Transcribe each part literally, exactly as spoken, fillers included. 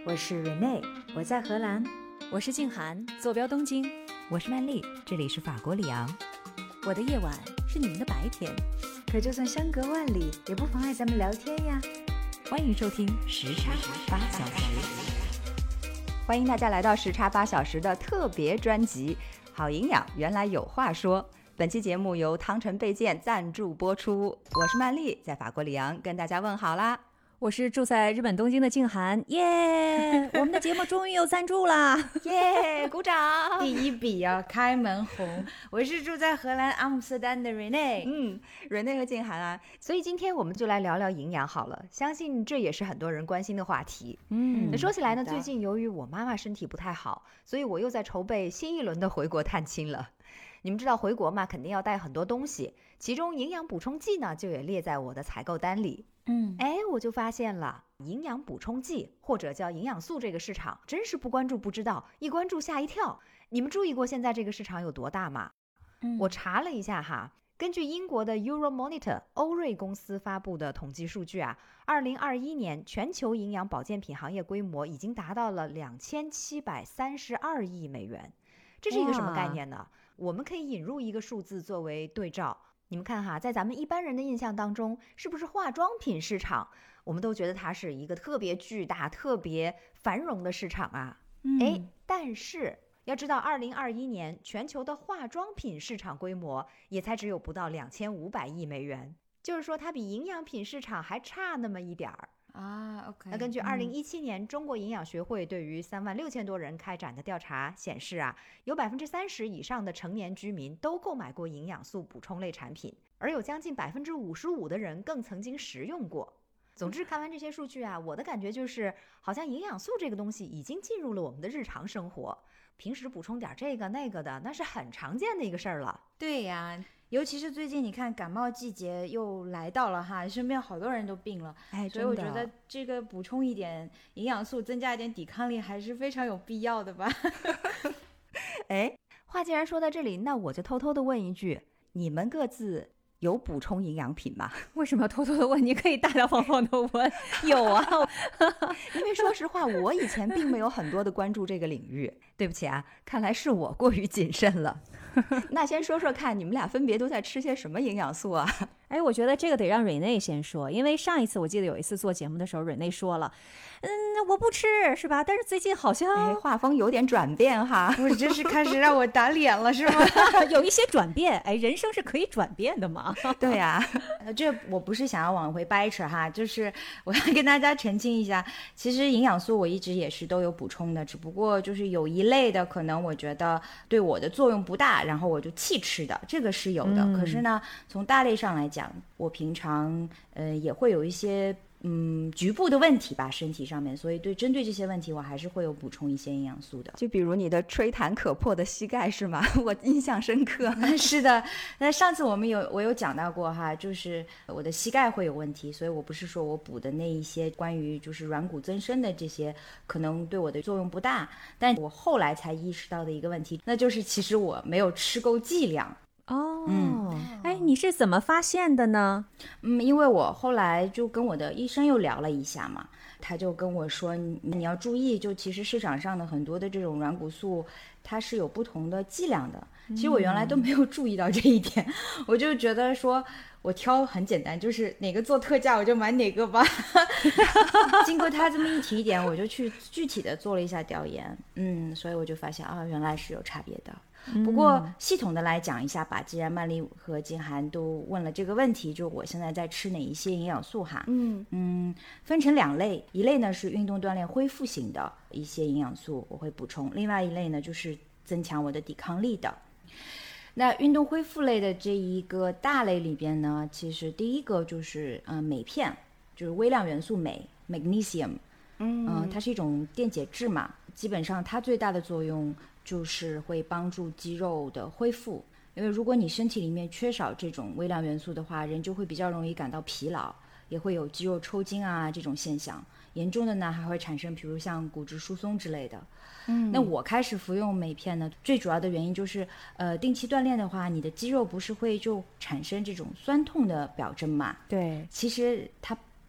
我是 Renee， 我在荷兰。 我是静涵，坐标东京。 我是曼丽，这里是法国里昂。 我的夜晚是你们的白天， 可就算相隔万里，也不妨碍咱们聊天呀。 欢迎收听时差八小时。欢迎大家来到时差八小时的特别专辑《好营养原来有话说》。本期节目由汤臣倍健赞助播出。我是曼丽，在法国里昂跟大家问好啦。 我是住在日本东京的静涵，耶！我们的节目终于有赞助啦， 耶！鼓掌！ 第一笔啊，开门红。我是住在荷兰阿姆斯特丹的 Renee， 嗯，Renee 和静涵啊，所以今天我们就来聊聊营养好了，相信这也是很多人关心的话题。嗯，那说起来呢，最近由于我妈妈身体不太好，所以我又在筹备新一轮的回国探亲了。你们知道回国嘛，肯定要带很多东西，其中营养补充剂呢，就也列在我的采购单里。嗯，哎，我就发现了，营养补充剂或者叫营养素这个市场，真是不关注不知道，一关注吓一跳。你们注意过现在这个市场有多大吗？嗯，我查了一下哈，根据英国的 Euromonitor 欧瑞公司发布的统计数据啊，二零二一年全球营养保健品行业规模已经达到了两千七百三十二亿美元。这是一个什么概念呢？我们可以引入一个数字作为对照。你们看哈，在咱们一般人的印象当中，是不是化妆品市场我们都觉得它是一个特别巨大特别繁荣的市场啊？嗯，哎，但是要知道二零二一年全球的化妆品市场规模也才只有不到两千五百亿美元，就是说它比营养品市场还差那么一点儿啊。 OK， 那根据二零一七年、嗯、中国营养学会对于三万六千多人开展的调查显示啊，有百分之三十以上的成年居民都购买过营养素补充类产品，而有将近百分之五十五的人更曾经食用过。总之看完这些数据啊，我的感觉就是好像营养素这个东西已经进入了我们的日常生活，平时补充点这个那个的，那是很常见的一个事儿了。 对呀，尤其是最近你看感冒季节又来到了哈，身边好多人都病了，哎，所以我觉得这个补充一点营养素，增加一点抵抗力还是非常有必要的吧。 哎，话既然说到这里，那我就偷偷的问一句，你们各自有补充营养品吗？ 为什么要偷偷的问？你可以大大方方的问。有啊。 因为说实话，我以前并没有很多的关注这个领域。对不起啊，看来是我过于谨慎了。那先说说看，你们俩分别都在吃些什么营养素啊？ 哎，我觉得这个得让 Renee 先说，因为上一次我记得有一次做节目的时候 Renee 说了，嗯，我不吃是吧？但是最近好像、 哎、画风有点转变哈。 不是，这是开始让我打脸了是吗？ 有一些转变，哎，人生是可以转变的嘛。 对呀、 啊，这我不是想要往回掰扯哈，就是我要跟大家澄清一下，其实营养素我一直也是都有补充的，只不过就是有一类的可能我觉得对我的作用不大，然后我就弃吃的，这个是有的、嗯、可是呢从大类上来讲，我平常呃也会有一些嗯局部的问题吧，身体上面，所以对针对这些问题我还是会有补充一些营养素的。 就比如你的吹弹可破的膝盖是吗？我印象深刻。 是的，那上次我们有我有讲到过哈，就是我的膝盖会有问题，所以我不是说我补的那一些关于就是软骨增生的这些可能对我的作用不大，但我后来才意识到的一个问题，那就是其实我没有吃够剂量。 哦，嗯，哎，你是怎么发现的呢？ 嗯，因为我后来就跟我的医生又聊了一下嘛，他就跟我说，你你要注意，就其实市场上的很多的这种软骨素，它是有不同的剂量的。其实我原来都没有注意到这一点，嗯、我就觉得说我挑很简单，就是哪个做特价我就买哪个吧。经过他这么一提点，我就去具体的做了一下调研，嗯，所以我就发现啊，原来是有差别的。不过系统的来讲一下吧，既然曼丽和静涵都问了这个问题，就我现在在吃哪一些营养素哈，嗯嗯，分成两类，一类呢是运动锻炼恢复型的一些营养素我会补充，另外一类呢就是增强我的抵抗力的。那运动恢复类的这一个大类里边呢，其实第一个就是嗯、呃、镁片，就是微量元素镁 magnesium， 嗯、呃，它是一种电解质嘛，基本上它最大的作用就是会帮助肌肉的恢复，因为如果你身体里面缺少这种微量元素的话，人就会比较容易感到疲劳，也会有肌肉抽筋啊这种现象，严重的呢还会产生比如像骨质疏松之类的。嗯，那我开始服用镁片呢，最主要的原因就是呃，定期锻炼的话，你的肌肉不是会就产生这种酸痛的表征嘛？ 对， 其实它本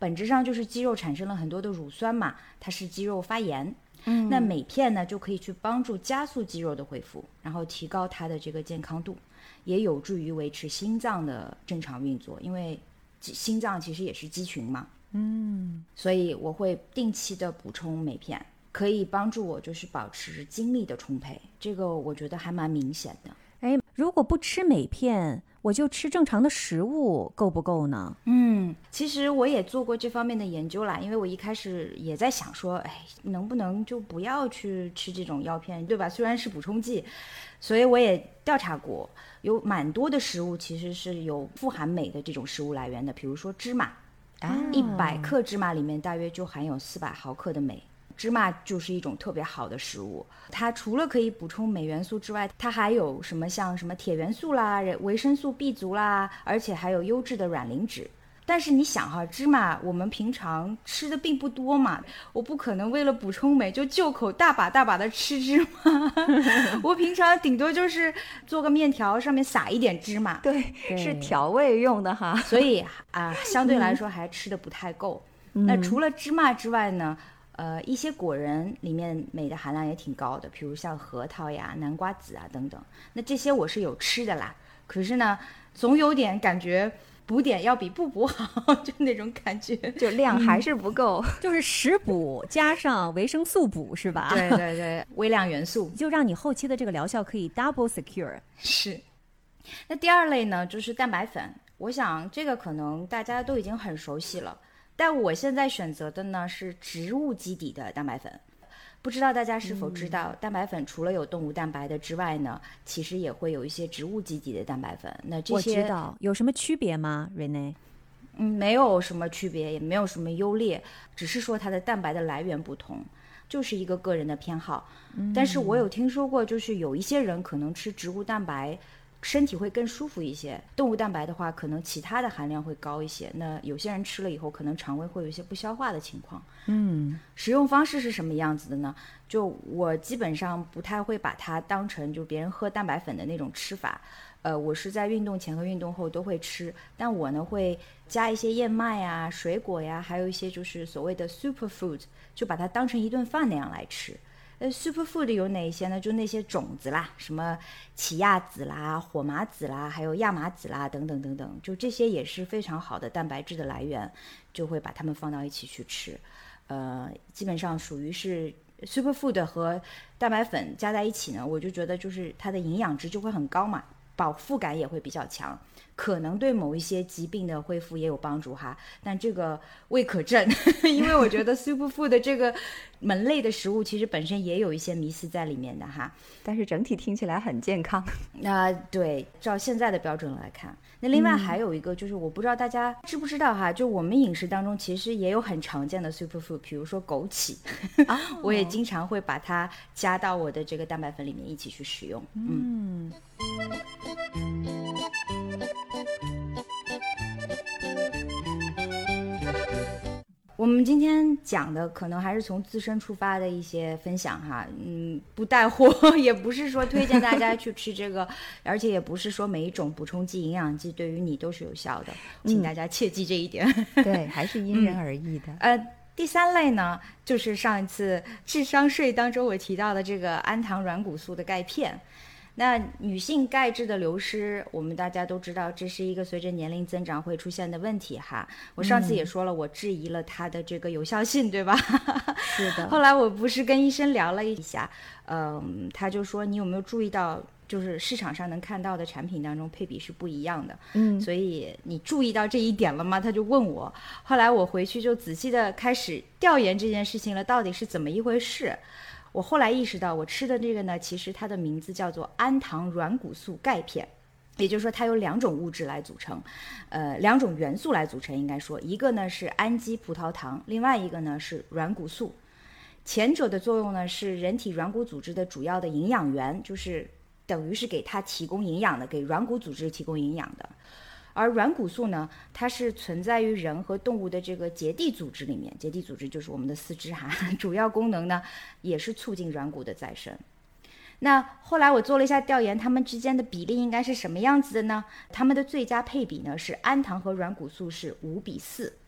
本质上就是肌肉产生了很多的乳酸嘛，它是肌肉发炎。 嗯， 那镁片呢就可以去帮助加速肌肉的恢复，然后提高它的这个健康度，也有助于维持心脏的正常运作，因为心脏其实也是肌群嘛。 嗯， 所以我会定期的补充镁片，可以帮助我就是保持精力的充沛，这个我觉得还蛮明显的。 哎，如果不吃镁片，我就吃正常的食物够不够呢？ 嗯，其实我也做过这方面的研究啦，因为我一开始也在想说，哎，能不能就不要去吃这种药片，对吧？虽然是补充剂，所以我也调查过，有蛮多的食物其实是有富含镁的这种食物来源的，比如说芝麻， 啊， 一百克芝麻里面大约就含有四百毫克的镁。芝麻就是一种特别好的食物，它除了可以补充镁元素之外，它还有什么像什么铁元素啦、维生素 B 族啦，而且还有优质的卵磷脂。但是你想哈，芝麻我们平常吃的并不多嘛，我不可能为了补充镁就就口大把大把的吃芝麻我平常顶多就是做个面条，上面撒一点芝麻， 对， 对是调味用的哈。 所以啊、呃，相对来说还吃的不太够。 嗯、 那除了芝麻之外呢？呃，一些果仁里面镁的含量也挺高的，比如像核桃呀、南瓜子啊等等。那这些我是有吃的啦，可是呢，总有点感觉补点要比不补好，就那种感觉， 就量还是不够， 嗯、就是食补加上维生素补是吧？ 对对对，微量元素， 就让你后期的这个疗效可以 double secure。 是。那第二类呢，就是蛋白粉，我想这个可能大家都已经很熟悉了。但我现在选择的呢是植物基底的蛋白粉，不知道大家是否知道，嗯、蛋白粉除了有动物蛋白的之外呢，其实也会有一些植物基底的蛋白粉。那这些我知道有什么区别吗 ，Renee？ 嗯，没有什么区别，也没有什么优劣，只是说它的蛋白的来源不同，就是一个个人的偏好。嗯、但是我有听说过，就是有一些人可能吃植物蛋白身体会更舒服一些，动物蛋白的话可能其他的含量会高一些，那有些人吃了以后可能肠胃会有一些不消化的情况。 嗯， 使用方式是什么样子的呢？就我基本上不太会把它当成就别人喝蛋白粉的那种吃法，呃，我是在运动前和运动后都会吃，但我呢会加一些燕麦啊、水果呀，还有一些就是所谓的 superfood， 就把它当成一顿饭那样来吃。呃 ，superfood 有哪些呢？就那些种子啦，什么奇亚籽啦、火麻籽啦，还有亚麻籽啦，等等等等，就这些也是非常好的蛋白质的来源，就会把它们放到一起去吃。呃，基本上属于是 superfood 和蛋白粉加在一起呢，我就觉得就是它的营养值就会很高嘛，饱腹感也会比较强，可能对某一些疾病的恢复也有帮助哈，但这个未可证因为我觉得 superfood 的这个门类的食物其实本身也有一些迷思在里面的哈， 但是整体听起来很健康。 那、呃、对，照现在的标准来看，那另外还有一个就是我不知道大家知不知道哈，就我们饮食当中其实也有很常见的 superfood， 比如说枸杞哦、 我也经常会把它加到我的这个蛋白粉里面一起去使用。嗯。我们今天讲的可能还是从自身出发的一些分享哈，嗯，不带货，也不是说推荐大家去吃这个，而且也不是说每一种补充剂、营养剂对于你都是有效的，请大家切记这一点。 嗯、对，还是因人而异的。 嗯、呃，第三类呢，就是上一次智商税当中我提到的这个氨糖软骨素的钙片。那女性钙质的流失，我们大家都知道，这是一个随着年龄增长会出现的问题哈。我上次也说了，嗯、我质疑了它的这个有效性，对吧？ 是的。 后来我不是跟医生聊了一下，嗯，他就说你有没有注意到，就是市场上能看到的产品当中配比是不一样的， 嗯， 所以你注意到这一点了吗？他就问我，后来我回去就仔细的开始调研这件事情了，到底是怎么一回事？我后来意识到，我吃的这个呢，其实它的名字叫做氨糖软骨素钙片，也就是说它有两种物质来组成，呃，两种元素来组成，应该说，一个呢是氨基葡萄糖，另外一个呢是软骨素。前者的作用呢是人体软骨组织的主要的营养源，就是等于是给它提供营养的，给软骨组织提供营养的。而软骨素呢，它是存在于人和动物的这个结缔组织里面，结缔组织就是我们的四肢哈，主要功能呢也是促进软骨的再生。那后来我做了一下调研，它们之间的比例应该是什么样子的呢？它们的最佳配比呢是氨糖和软骨素是五比四，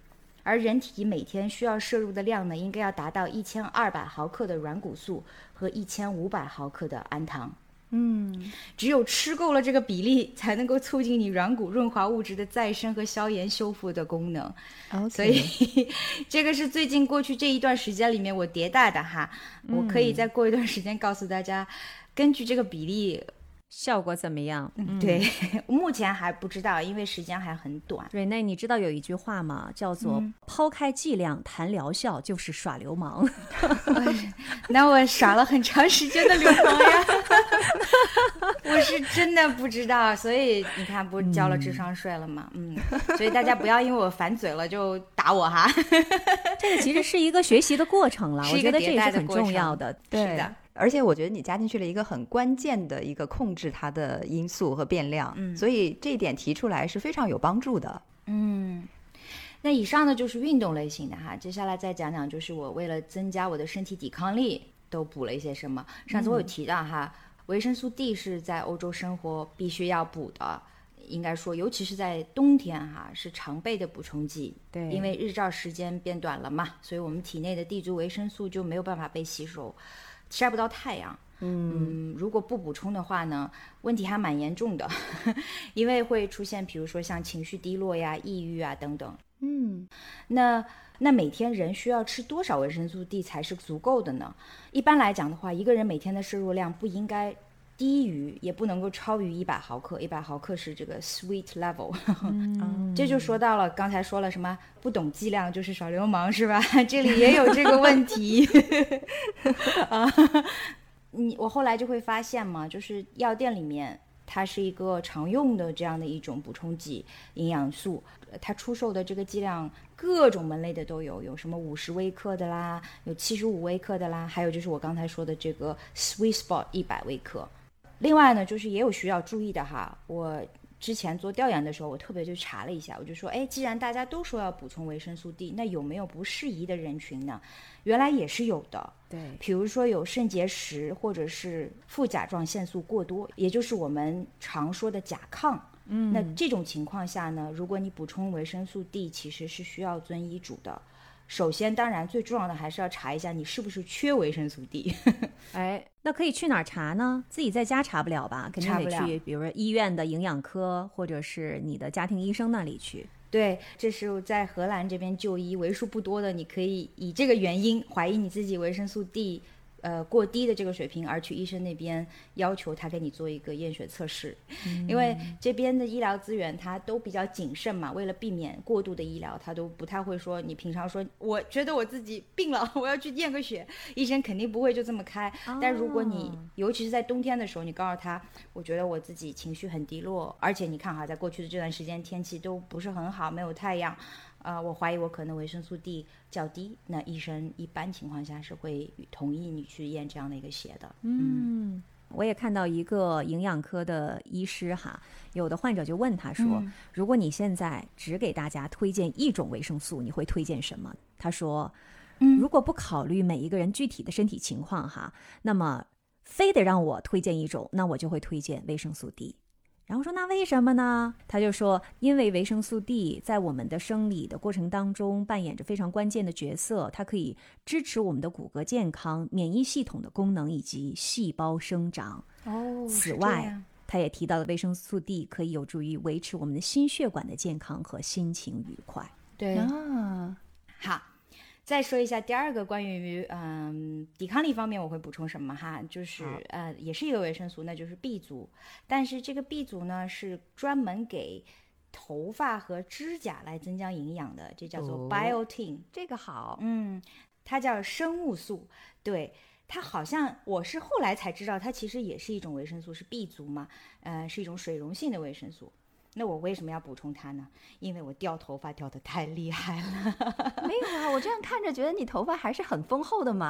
而人体每天需要摄入的量呢，应该要达到一千二百毫克的软骨素和一千五百毫克的氨糖。 嗯， 只有吃够了这个比例，才能够促进你软骨润滑物质的再生和消炎修复的功能。 Okay. 所以这个是最近过去这一段时间里面我迭代的哈，嗯、我可以再过一段时间告诉大家，根据这个比例效果怎么样？ 嗯，对，目前还不知道，因为时间还很短。 瑞内，你知道有一句话吗？叫做“抛开剂量谈疗效就是耍流氓”。 那我耍了很长时间的流氓呀，我是真的不知道，所以你看，不交了智商税了吗？嗯，所以大家不要因为我反嘴了就打我哈。 这个其实是一个学习的过程了，我觉得这也是很重要的。 对是的。 而且我觉得你加进去了一个很关键的一个控制它的因素和变量，嗯，所以这一点提出来是非常有帮助的。 嗯，那以上呢就是运动类型的哈，接下来再讲讲就是我为了增加我的身体抵抗力都补了一些什么。上次我有提到哈，嗯、维生素 D 是在欧洲生活必须要补的，应该说尤其是在冬天哈是常备的补充剂。 对， 因为日照时间变短了嘛，所以我们体内的 D 族维生素就没有办法被吸收。晒不到太阳，嗯，如果不补充的话呢，问题还蛮严重的，因为会出现比如说像情绪低落呀、抑郁啊等等。嗯，那那每天人需要吃多少维生素 D 才是足够的呢？一般来讲的话，一个人每天的摄入量不应该低于，也不能够超于一百毫克。一百毫克是这个 sweet level，嗯、这就说到了刚才说了什么不懂剂量就是耍流氓是吧？这里也有这个问题。啊，你我后来就会发现嘛，就是药店里面它是一个常用的这样的一种补充剂营养素，它出售的这个剂量各种门类的都有，有什么五十微克的啦，有七十五微克的啦，还有就是我刚才说的这个 sweet spot 一百微克。另外呢，就是也有需要注意的哈，我之前做调研的时候，我特别就查了一下，我就说，哎，既然大家都说要补充维生素 D， 那有没有不适宜的人群呢？原来也是有的。 对， 比如说有肾结石或者是副甲状腺素过多，也就是我们常说的甲亢。嗯，那这种情况下呢，如果你补充维生素 D， 其实是需要遵医嘱的。首先，当然最重要的还是要查一下你是不是缺维生素 D。 哎，那可以去哪儿查呢？自己在家查不了吧？肯定得去比如说医院的营养科或者是你的家庭医生那里去。 对，这是在荷兰这边就医为数不多的，你可以以这个原因怀疑你自己维生素 D呃过低的这个水平，而去医生那边要求他给你做一个验血测试。嗯、因为这边的医疗资源它都比较谨慎嘛，为了避免过度的医疗，他都不太会说你平常说我觉得我自己病了，我要去验个血，医生肯定不会就这么开。哦、但如果你尤其是在冬天的时候，你告诉他我觉得我自己情绪很低落，而且你看哈，在过去的这段时间天气都不是很好，没有太阳，呃，我怀疑我可能维生素 D 较低，那医生一般情况下是会同意你去验这样的一个血的。 嗯，嗯我也看到一个营养科的医师哈，有的患者就问他说、嗯、如果你现在只给大家推荐一种维生素，你会推荐什么？他说、嗯、如果不考虑每一个人具体的身体情况哈，那么非得让我推荐一种，那我就会推荐维生素 D。然后说那为什么呢？他就说因为维生素 D 在我们的生理的过程当中扮演着非常关键的角色，它可以支持我们的骨骼健康、免疫系统的功能以及细胞生长。 哦， 此外他也提到了维生素 D 可以有助于维持我们的心血管的健康和心情愉快。 对啊，好，再说一下第二个关于嗯抵抗力方面我会补充什么哈，就是呃也是一个维生素，那就是 B 族。但是这个 B 族呢是专门给头发和指甲来增加营养的，这叫做 biotin、哦、 这个好， 嗯，它叫生物素。对，它好像我是后来才知道它其实也是一种维生素，是 B 族嘛，呃是一种水溶性的维生素。那我为什么要补充它呢？因为我掉头发掉得太厉害了。 没有啊，我这样看着觉得你头发还是很丰厚的嘛。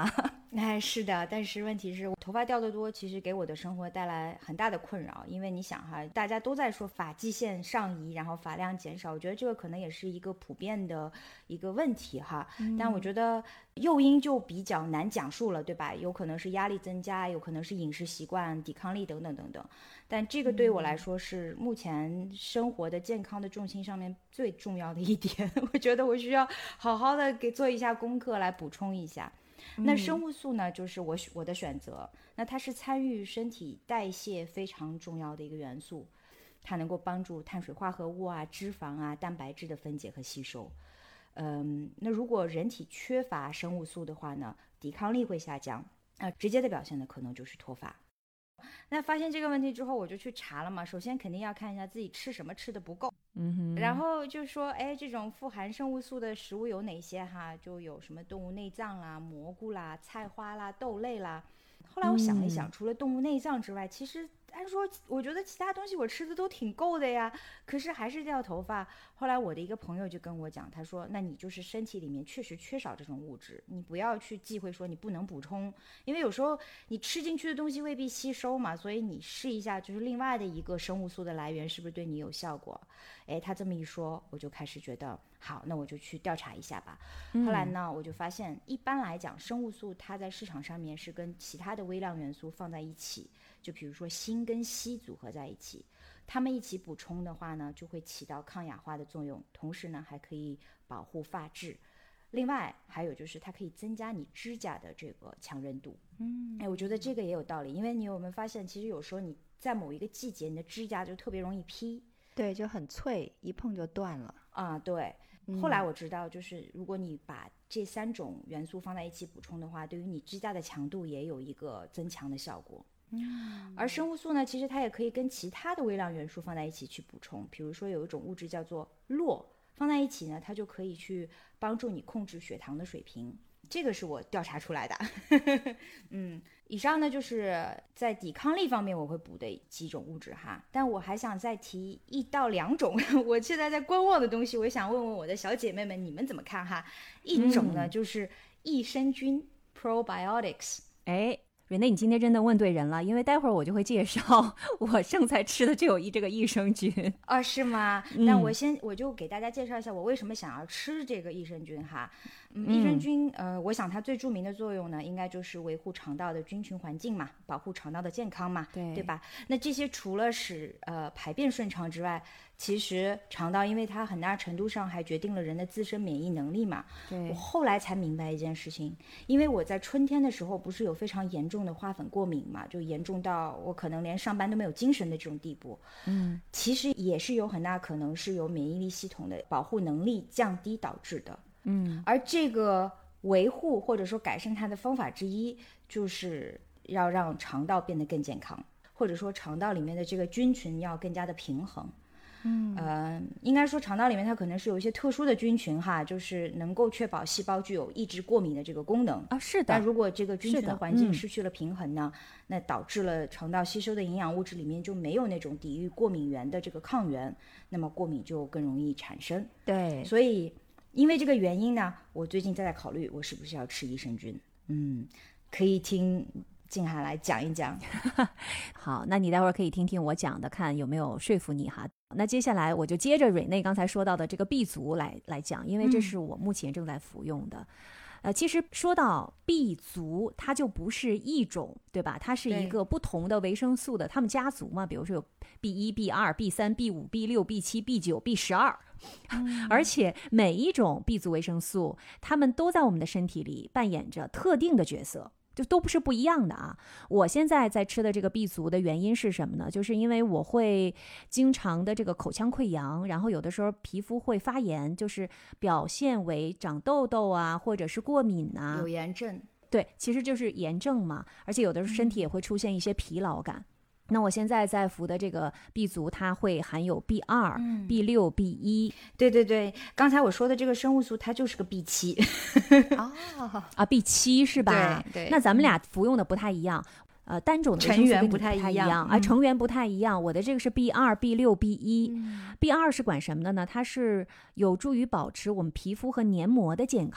哎，是的，但是问题是头发掉得多，其实给我的生活带来很大的困扰。因为你想哈，大家都在说发际线上移，然后发量减少，我觉得这个可能也是一个普遍的一个问题哈。嗯、但我觉得诱因就比较难讲述了，对吧？有可能是压力增加，有可能是饮食习惯、抵抗力等等等等。但这个对我来说是目前生活的健康的重心上面最重要的一点。我觉得我需要好好的给做一下功课来补充一下。那生物素呢，就是我我的选择。那它是参与身体代谢非常重要的一个元素，它能够帮助碳水化合物啊、脂肪啊、蛋白质的分解和吸收。嗯，那如果人体缺乏生物素的话呢，抵抗力会下降，那、呃、直接的表现呢，可能就是脱发。那发现这个问题之后，我就去查了嘛。首先肯定要看一下自己吃什么吃的不够， 嗯哼， 然后就说，哎，这种富含生物素的食物有哪些哈？就有什么动物内脏啦、蘑菇啦、菜花啦、豆类啦。后来我想了一想，嗯、除了动物内脏之外，其实按说我觉得其他东西我吃的都挺够的呀，可是还是掉头发。后来我的一个朋友就跟我讲，他说那你就是身体里面确实缺少这种物质，你不要去忌讳说你不能补充，因为有时候你吃进去的东西未必吸收嘛，所以你试一下就是另外的一个生物素的来源是不是对你有效果。哎，他这么一说，我就开始觉得好，那我就去调查一下吧。嗯、后来呢，我就发现一般来讲生物素它在市场上面是跟其他的微量元素放在一起，就比如说锌跟硒组合在一起，它们一起补充的话呢，就会起到抗氧化的作用，同时呢还可以保护发质。另外还有就是它可以增加你指甲的这个强韧度。嗯，哎，我觉得这个也有道理，因为你有没有发现，其实有时候你在某一个季节，你的指甲就特别容易劈， 对，就很脆，一碰就断了啊。对，后来我知道，就是如果你把这三种元素放在一起补充的话，对于你指甲的强度也有一个增强的效果。嗯，而生物素呢，其实它也可以跟其他的微量元素放在一起去补充，比如说有一种物质叫做铬，放在一起呢，它就可以去帮助你控制血糖的水平。这个是我调查出来的。嗯，以上呢就是在抵抗力方面我会补的几种物质哈，但我还想再提一到两种我现在在观望的东西，我想问问我的小姐妹们，你们怎么看哈？一种呢、嗯、就是益生菌 probiotics。 哎Renee， 你今天真的问对人了，因为待会儿我就会介绍我正在吃的就有一这个益生菌。 哦，是吗？嗯、那我先我就给大家介绍一下我为什么想要吃这个益生菌哈。嗯，益生菌呃，我想它最著名的作用呢，应该就是维护肠道的菌群环境嘛，保护肠道的健康嘛， 对对吧？那这些除了使呃排便顺畅之外，其实肠道因为它很大程度上还决定了人的自身免疫能力嘛。 对， 我后来才明白一件事情，因为我在春天的时候不是有非常严重的花粉过敏嘛，就严重到我可能连上班都没有精神的这种地步。嗯，其实也是有很大可能是由免疫力系统的保护能力降低导致的。嗯，而这个维护或者说改善它的方法之一，就是要让肠道变得更健康，或者说肠道里面的这个菌群要更加的平衡。嗯，呃，应该说肠道里面它可能是有一些特殊的菌群哈，就是能够确保细胞具有抑制过敏的这个功能啊。是的。 但如果这个菌群的环境失去了平衡呢，嗯、那导致了肠道吸收的营养物质里面就没有那种抵御过敏原的这个抗原，那么过敏就更容易产生。 对， 所以因为这个原因呢，我最近在在考虑我是不是要吃益生菌。嗯，可以听静涵来讲一讲。 好，那你待会儿可以听听我讲的，看有没有说服你哈。那接下来我就接着 Renee 刚才说到的这个 B 族来来讲，因为这是我目前正在服用的。嗯呃，其实说到 B 族，它就不是一种，对吧？它是一个不同的维生素的，它们家族嘛，比如说有 B 一、B 二、B 三、B 五、B 六、B 七、B 九、B 十二，嗯、而且每一种 B 族维生素，它们都在我们的身体里扮演着特定的角色。就都不是不一样的啊！我现在在吃的这个 B 族的原因是什么呢？就是因为我会经常的这个口腔溃疡，然后有的时候皮肤会发炎，就是表现为长痘痘啊，或者是过敏啊， 有炎症。 对，其实就是炎症嘛，而且有的时候身体也会出现一些疲劳感。嗯那我现在在服的这个 B 族，它会含有 B 二、嗯、B 六、B 一。 对对对，刚才我说的这个生物素，它就是个 B 七。 哦啊 ，B 七是吧？ 对对。 那咱们俩服用的不太一样，呃，单种的成员不太一样啊，成员不太一样。我的这个是 B 二、B 六、B 一、嗯。B 二是管什么的呢？它是有助于保持我们皮肤和黏膜的健康。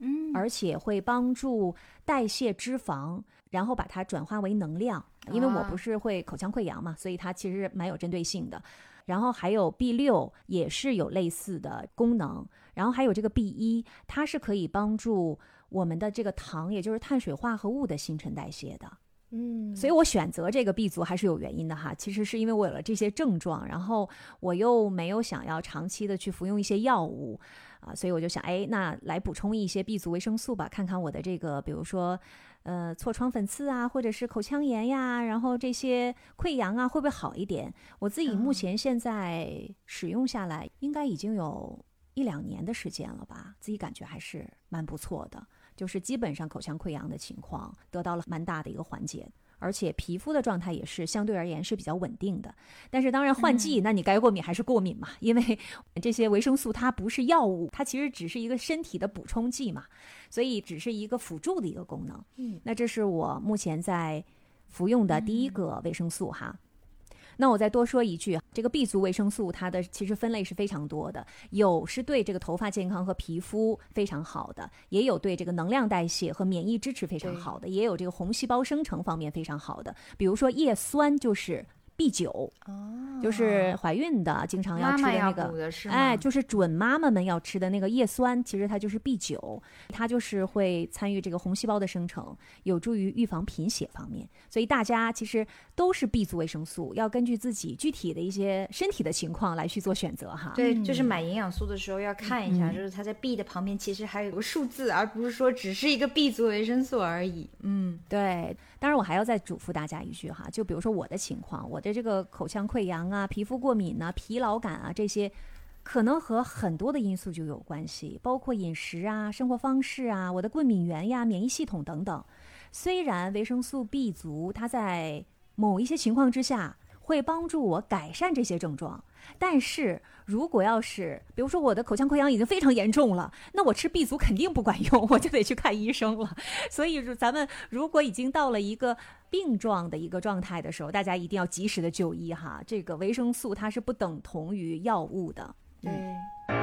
嗯，而且会帮助代谢脂肪，然后把它转化为能量。因为我不是会口腔溃疡嘛，所以它其实蛮有针对性的。然后还有 B 六 也是有类似的功能，然后还有这个 B 一， 它是可以帮助我们的这个糖，也就是碳水化合物的新陈代谢的。嗯，所以我选择这个 B 族还是有原因的哈。其实是因为我有了这些症状，然后我又没有想要长期的去服用一些药物啊，所以我就想，哎，那来补充一些 B 族维生素吧，看看我的这个，比如说，呃，痤疮粉刺啊，或者是口腔炎呀，然后这些溃疡啊，会不会好一点？我自己目前现在使用下来，应该已经有一两年的时间了吧，自己感觉还是蛮不错的。就是基本上口腔溃疡的情况得到了蛮大的一个缓解，而且皮肤的状态也是相对而言是比较稳定的。但是当然换季、嗯、那你该过敏还是过敏嘛，因为这些维生素它不是药物，它其实只是一个身体的补充剂嘛，所以只是一个辅助的一个功能。嗯，那这是我目前在服用的第一个维生素哈。那我再多说一句，这个 B 族维生素它的其实分类是非常多的，有是对这个头发健康和皮肤非常好的，也有对这个能量代谢和免疫支持非常好的，也有这个红细胞生成方面非常好的。比如说叶酸就是 B 九、哦、就是怀孕的经常要吃的那个， 妈妈要补的是吗？ 哎，就是准妈妈们要吃的那个叶酸，其实它就是 B 九， 它就是会参与这个红细胞的生成，有助于预防贫血方面。所以大家其实都是 B 族维生素，要根据自己具体的一些身体的情况来去做选择哈。 对，就是买营养素的时候要看一下、嗯、就是它在 B 的旁边其实还有个数字，而不是说只是一个 B 族维生素而已。 嗯，对。当然我还要再嘱咐大家一句哈，就比如说我的情况，我的这个口腔溃疡啊、皮肤过敏啊、疲劳感啊，这些可能和很多的因素就有关系，包括饮食啊、生活方式啊、我的过敏源呀、免疫系统等等。虽然维生素 B 族它在某一些情况之下会帮助我改善这些症状，但是如果要是比如说我的口腔溃疡已经非常严重了，那我吃 B 族肯定不管用，我就得去看医生了。所以咱们如果已经到了一个病状的一个状态的时候，大家一定要及时的就医哈。这个维生素它是不等同于药物的。 对、嗯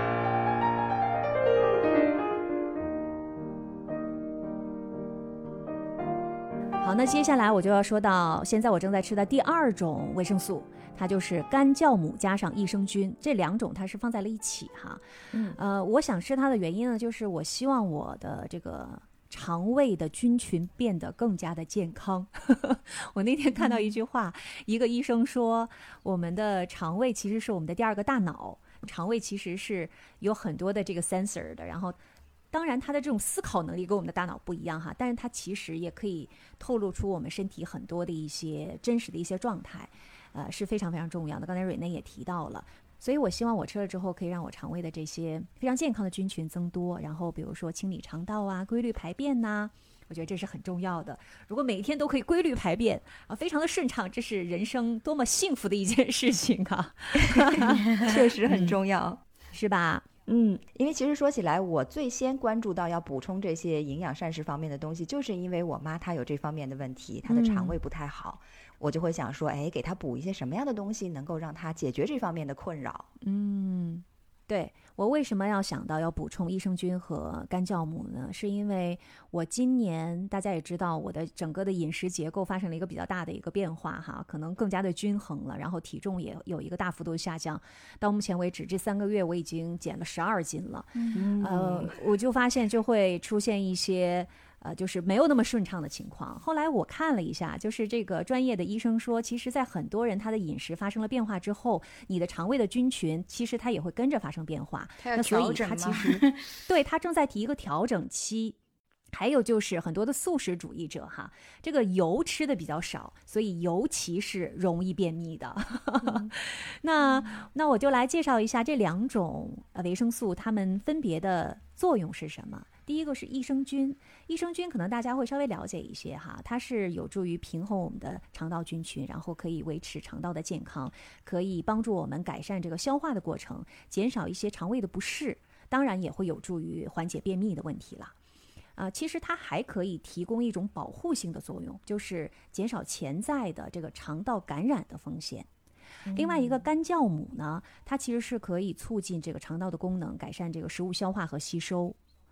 好，那接下来我就要说到现在我正在吃的第二种维生素，它就是干酵母加上益生菌，这两种它是放在了一起哈。嗯，呃，我想吃它的原因呢，就是我希望我的这个肠胃的菌群变得更加的健康。我那天看到一句话、嗯、一个医生说，我们的肠胃其实是我们的第二个大脑，肠胃其实是有很多的这个 sensor 的，然后当然它的这种思考能力跟我们的大脑不一样哈，但是它其实也可以透露出我们身体很多的一些真实的一些状态，呃，是非常非常重要的。刚才瑞内也提到了，所以我希望我吃了之后可以让我肠胃的这些非常健康的菌群增多，然后比如说清理肠道啊、规律排便呐、啊，我觉得这是很重要的。如果每一天都可以规律排便啊，非常的顺畅，这是人生多么幸福的一件事情啊！ 确实很重要、嗯， 是吧？ 嗯，因为其实说起来，我最先关注到要补充这些营养膳食方面的东西，就是因为我妈她有这方面的问题，她的肠胃不太好、嗯、我就会想说，哎，给她补一些什么样的东西能够让她解决这方面的困扰。 嗯，对，我为什么要想到要补充益生菌和干酵母呢？是因为我今年大家也知道，我的整个的饮食结构发生了一个比较大的一个变化哈，可能更加的均衡了，然后体重也有一个大幅度下降。到目前为止这三个月我已经减了十二斤了。嗯，呃，我就发现就会出现一些呃，就是没有那么顺畅的情况。后来我看了一下，就是这个专业的医生说，其实在很多人他的饮食发生了变化之后，你的肠胃的菌群其实它也会跟着发生变化。 那所以它其实对它正在提一个调整期。还有就是很多的素食主义者哈，这个油吃的比较少，所以尤其是容易便秘的。嗯、那那我就来介绍一下这两种维生素它们分别的作用是什么。第一个是益生菌，益生菌可能大家会稍微了解一些哈，它是有助于平衡我们的肠道菌群，然后可以维持肠道的健康，可以帮助我们改善这个消化的过程，减少一些肠胃的不适，当然也会有助于缓解便秘的问题了。呃，其实它还可以提供一种保护性的作用，就是减少潜在的这个肠道感染的风险。另外一个干酵母呢，它其实是可以促进这个肠道的功能，改善这个食物消化和吸收。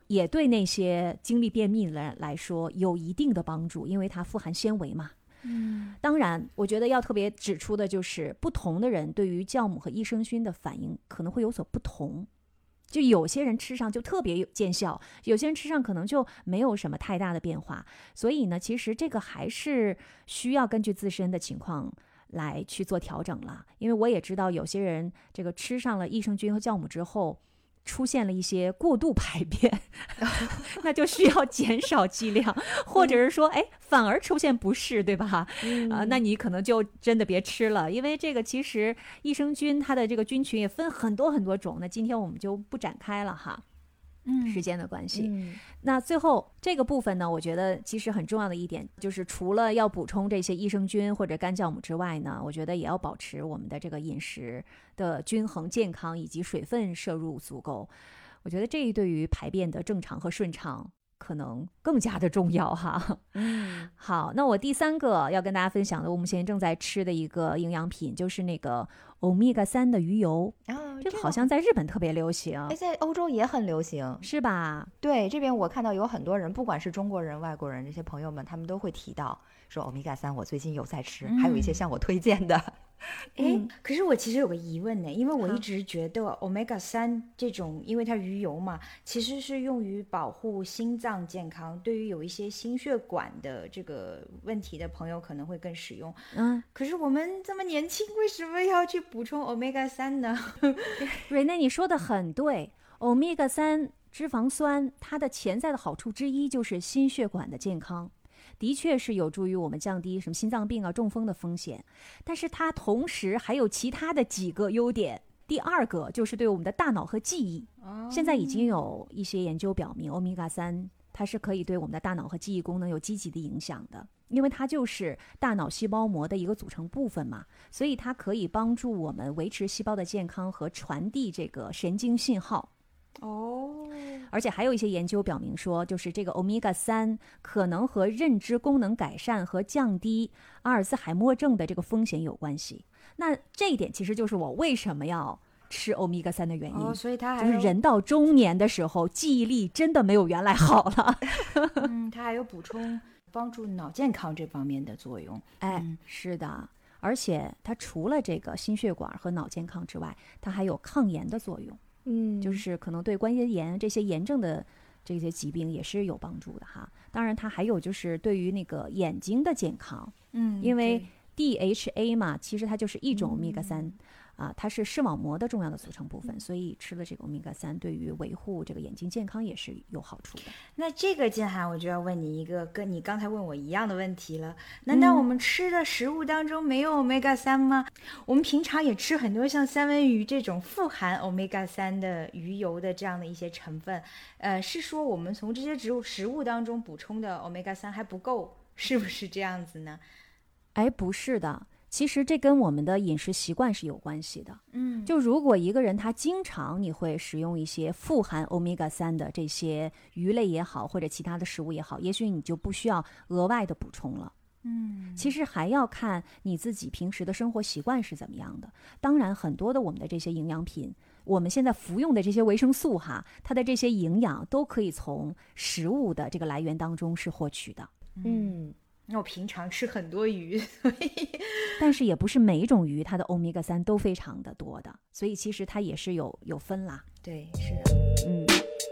也对那些经历便秘的人来说有一定的帮助，因为它富含纤维嘛。 嗯， 当然我觉得要特别指出的就是不同的人对于酵母和益生菌的反应可能会有所不同，就有些人吃上就特别有见效，有些人吃上可能就没有什么太大的变化。所以呢，其实这个还是需要根据自身的情况来去做调整了。因为我也知道有些人这个吃上了益生菌和酵母之后出现了一些过度排便那就需要减少剂量，或者是说哎，反而出现不适，对吧？嗯呃、那你可能就真的别吃了。因为这个其实益生菌它的这个菌群也分很多很多种，那今天我们就不展开了哈。嗯，时间的关系、嗯、那最后这个部分呢，我觉得其实很重要的一点就是除了要补充这些益生菌或者干酵母之外呢，我觉得也要保持我们的这个饮食的均衡健康以及水分摄入足够。我觉得这对于排便的正常和顺畅可能更加的重要哈。嗯，好，那我第三个要跟大家分享的，我们现在正在吃的一个营养品就是那个欧米伽三的鱼油。哦，这个好像在日本特别流行， 哎，在欧洲也很流行， 是吧？ 对，这边我看到有很多人，不管是中国人、外国人，这些朋友们，他们都会提到说欧米伽三，我最近有在吃，嗯、还有一些向我推荐的。 哎、嗯，可是我其实有个疑问呢，因为我一直觉得 omega 三这种，因为它鱼油嘛，其实是用于保护心脏健康，对于有一些心血管的这个问题的朋友可能会更实用。嗯，可是我们这么年轻，为什么要去补充 omega 三呢？ 瑞内，你说的很对， omega 三脂肪酸它的潜在的好处之一就是心血管的健康，的确是有助于我们降低什么心脏病啊、中风的风险，但是它同时还有其他的几个优点。第二个就是对我们的大脑和记忆，哦、现在已经有一些研究表明欧米伽三它是可以对我们的大脑和记忆功能有积极的影响的，因为它就是大脑细胞膜的一个组成部分嘛，所以它可以帮助我们维持细胞的健康和传递这个神经信号。哦，而且还有一些研究表明说，就是这个欧米伽三可能和认知功能改善和降低阿尔兹海默症的这个风险有关系。那这一点其实就是我为什么要吃欧米伽三的原因。 哦，所以它还就是人到中年的时候，记忆力真的没有原来好了。 嗯，它还有补充帮助脑健康这方面的作用。 哎，嗯、是的。而且它除了这个心血管和脑健康之外，它还有抗炎的作用。嗯，就是可能对关节炎这些炎症的这些疾病也是有帮助的哈。当然它还有就是对于那个眼睛的健康，嗯，因为 D H A 嘛，其实它就是一种欧米伽三、嗯、啊，它是视网膜的重要的组成部分，所以吃了这个欧米伽三对于维护这个眼睛健康也是有好处的。 那这个建涵，我就要问你一个跟你刚才问我一样的问题了，难道我们吃的食物当中没有欧米伽三吗？我们平常也吃很多像三文鱼这种富含欧米伽三的鱼油的这样的一些成分，呃，是说我们从这些植物食物当中补充的欧米伽三还不够，是不是这样子呢？ 哎，不是的，其实这跟我们的饮食习惯是有关系的。嗯，就如果一个人他经常你会使用一些富含欧米伽三的这些鱼类也好，或者其他的食物也好，也许你就不需要额外的补充了。嗯，其实还要看你自己平时的生活习惯是怎么样的。当然，很多的我们的这些营养品，我们现在服用的这些维生素哈，它的这些营养都可以从食物的这个来源当中是获取的。 嗯。那我平常吃很多鱼，所以但是也不是每一种鱼它的欧米伽三都非常的多的，所以其实它也是有有分啦。 对，是的，嗯。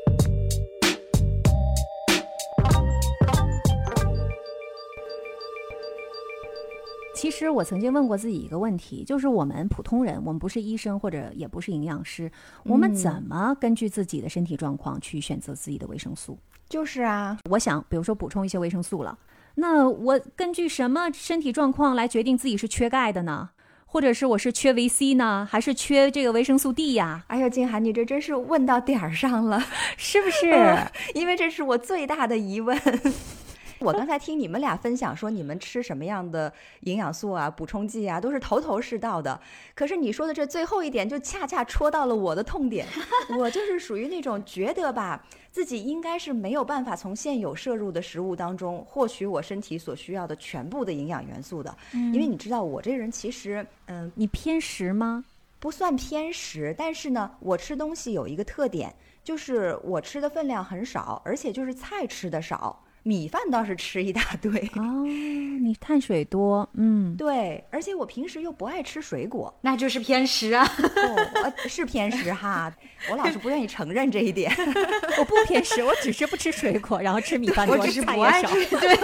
其实我曾经问过自己一个问题，就是我们普通人，我们不是医生或者也不是营养师，我们怎么根据自己的身体状况去选择自己的维生素？ 就是啊， 我想比如说补充一些维生素了，那我根据什么身体状况来决定自己是缺钙的呢？或者是我是缺维 C 呢，还是缺这个维生素 D 呀？ 哎呦，静涵，你这真是问到点儿上了， 是不是？ 呃、因为这是我最大的疑问。我刚才听你们俩分享说你们吃什么样的营养素啊、补充剂啊，都是头头是道的。可是你说的这最后一点就恰恰戳到了我的痛点。我就是属于那种觉得吧，自己应该是没有办法从现有摄入的食物当中获取我身体所需要的全部的营养元素的。嗯、因为你知道我这个人其实，嗯、呃， 你偏食吗？ 不算偏食，但是呢，我吃东西有一个特点。 就是我吃的分量很少，而且就是菜吃的少，米饭倒是吃一大堆。 哦，你碳水多，嗯， 对，而且我平时又不爱吃水果， 那就是偏食啊。 哦，我是偏食哈，我老是不愿意承认这一点。 我不偏食，我只是不吃水果，然后吃米饭多， 我只是菜不爱也少。 吃，对。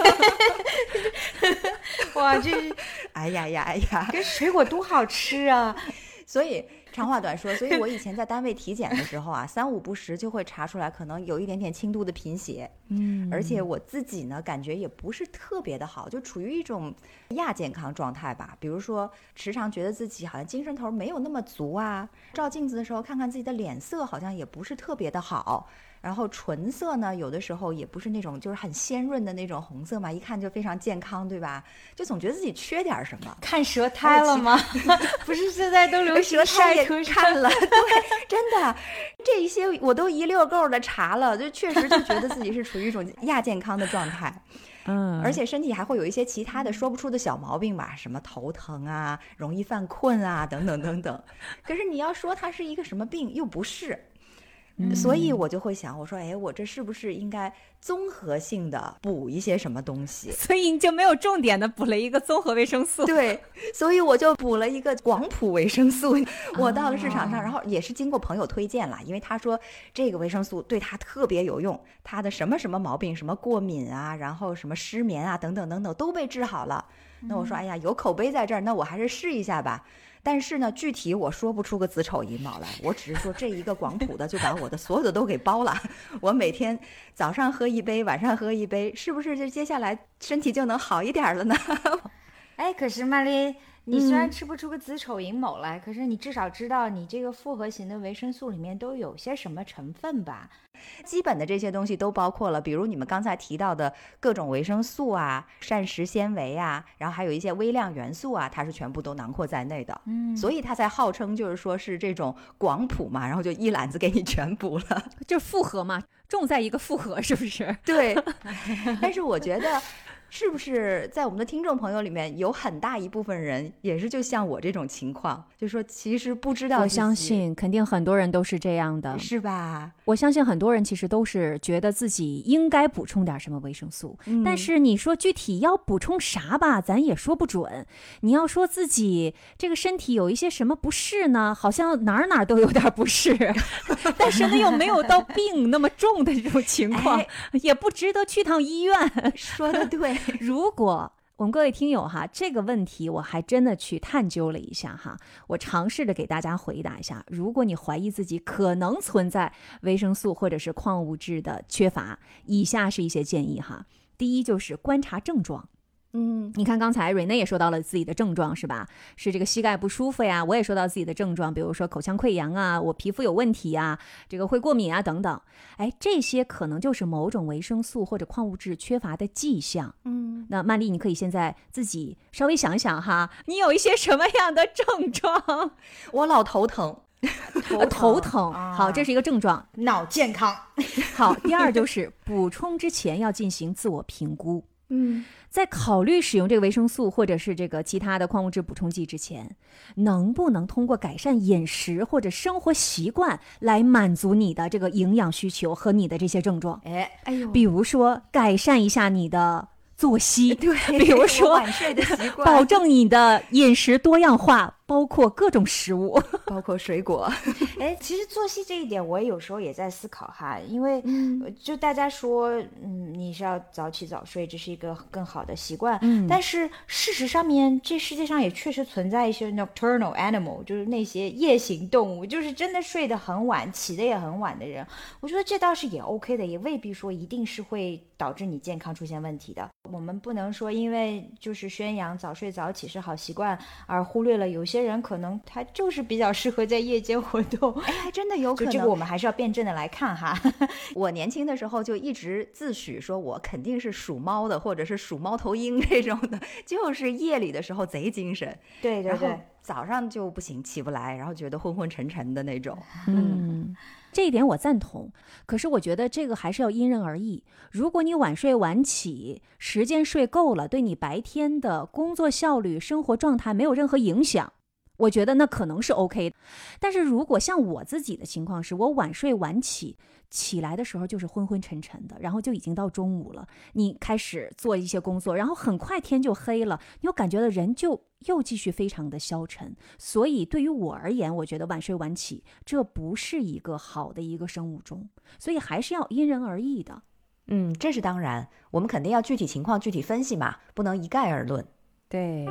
哇，这哎呀呀哎呀， 跟水果多好吃啊！ 所以长话短说，所以我以前在单位体检的时候啊，三五不时就会查出来可能有一点点轻度的贫血， 嗯， 而且我自己呢感觉也不是特别的好，就处于一种亚健康状态吧。比如说时常觉得自己好像精神头没有那么足啊，照镜子的时候看看自己的脸色好像也不是特别的好，然后唇色呢有的时候也不是那种就是很鲜润的那种红色嘛，一看就非常健康，对吧？就总觉得自己缺点什么。 看舌苔了吗？不是现在都流行舌苔也晒图看了，对，真的，这一些我都一溜够的查了，就确实就觉得自己是处于一种亚健康的状态。 嗯， 而且身体还会有一些其他的说不出的小毛病吧，什么头疼啊，容易犯困啊，等等等等。可是你要说它是一个什么病，又不是。所以我就会想，我说，哎，我这是不是应该综合性的补一些什么东西？ 所以你就没有重点的补了一个综合维生素。 对，所以我就补了一个广谱维生素。我到了市场上，然后也是经过朋友推荐啦，因为他说这个维生素对他特别有用，他的什么什么毛病，什么过敏啊，然后什么失眠啊，等等等等都被治好了。那我说，哎呀，有口碑在这儿，那我还是试一下吧。但是呢，具体我说不出个子丑寅卯来，我只是说这一个广谱的就把我的所有的都给包了。我每天早上喝一杯，晚上喝一杯，是不是就接下来身体就能好一点了呢？ 哎，可是曼丽，你虽然吃不出个子丑寅卯来，嗯、可是你至少知道你这个复合型的维生素里面都有些什么成分吧？ 基本的这些东西都包括了，比如你们刚才提到的各种维生素啊、膳食纤维啊，然后还有一些微量元素啊，它是全部都囊括在内的。嗯，所以它才号称就是说是这种广谱嘛，然后就一揽子给你全补了， 就复合嘛，重在一个复合，是不是？ 对。但是我觉得。是不是在我们的听众朋友里面有很大一部分人也是就像我这种情况，就说其实不知道自己， 我相信肯定很多人都是这样的， 是吧？ 我相信很多人其实都是觉得自己应该补充点什么维生素、嗯、但是你说具体要补充啥吧，咱也说不准。你要说自己这个身体有一些什么不适呢，好像哪儿哪儿都有点不适但是呢又没有到病那么重的这种情况、哎、也不值得去趟医院。 说的对。 如果我们各位听友哈，这个问题我还真的去探究了一下哈，我尝试着给大家回答一下。如果你怀疑自己可能存在维生素或者是矿物质的缺乏，以下是一些建议哈。第一就是观察症状。嗯，你看刚才瑞内也说到了自己的症状是吧？是这个膝盖不舒服呀，我也说到自己的症状，比如说口腔溃疡啊，我皮肤有问题啊，这个会过敏啊等等。哎，这些可能就是某种维生素或者矿物质缺乏的迹象。嗯，那曼丽你可以现在自己稍微想想哈，你有一些什么样的症状？ 我老头疼。 头疼, 头疼好，这是一个症状。 脑健康。 好，第二就是补充之前要进行自我评估。嗯，在考虑使用这个维生素或者是这个其他的矿物质补充剂之前，能不能通过改善饮食或者生活习惯来满足你的这个营养需求和你的这些症状？ 哎，哎呦， 比如说改善一下你的作息， 对， 比如说晚睡的习惯， 保证你的饮食多样化，包括各种食物， 包括水果。 哎，其实作息这一点我也有时候也在思考哈，因为就大家说嗯，你是要早起早睡，这是一个更好的习惯、嗯、但是事实上面这世界上也确实存在一些 nocturnal animal， 就是那些夜行动物，就是真的睡得很晚起得也很晚的人，我觉得这倒是也 OK 的，也未必说一定是会导致你健康出现问题的。我们不能说因为就是宣扬早睡早起是好习惯而忽略了有些人可能他就是比较适合在夜间活动。 哎，还真的有可能， 就这个我们还是要辩证的来看哈。 我年轻的时候就一直自诩说我肯定是属猫的，或者是属猫头鹰这种的，就是夜里的时候贼精神， 对对对， 然后早上就不行，起不来，然后觉得昏昏沉沉的那种。 嗯，这一点我赞同，可是我觉得这个还是要因人而异。如果你晚睡晚起，时间睡够了，对你白天的工作效率、生活状态没有任何影响，我觉得那可能是 OK 的。但是如果像我自己的情况是，我晚睡晚起， 起来的时候就是昏昏沉沉的，然后就已经到中午了，你开始做一些工作，然后很快天就黑了，你又感觉到人就又继续非常的消沉。所以对于我而言，我觉得晚睡晚起这不是一个好的一个生物钟，所以还是要因人而异的。 嗯，这是当然，我们肯定要具体情况具体分析嘛，不能一概而论。 对。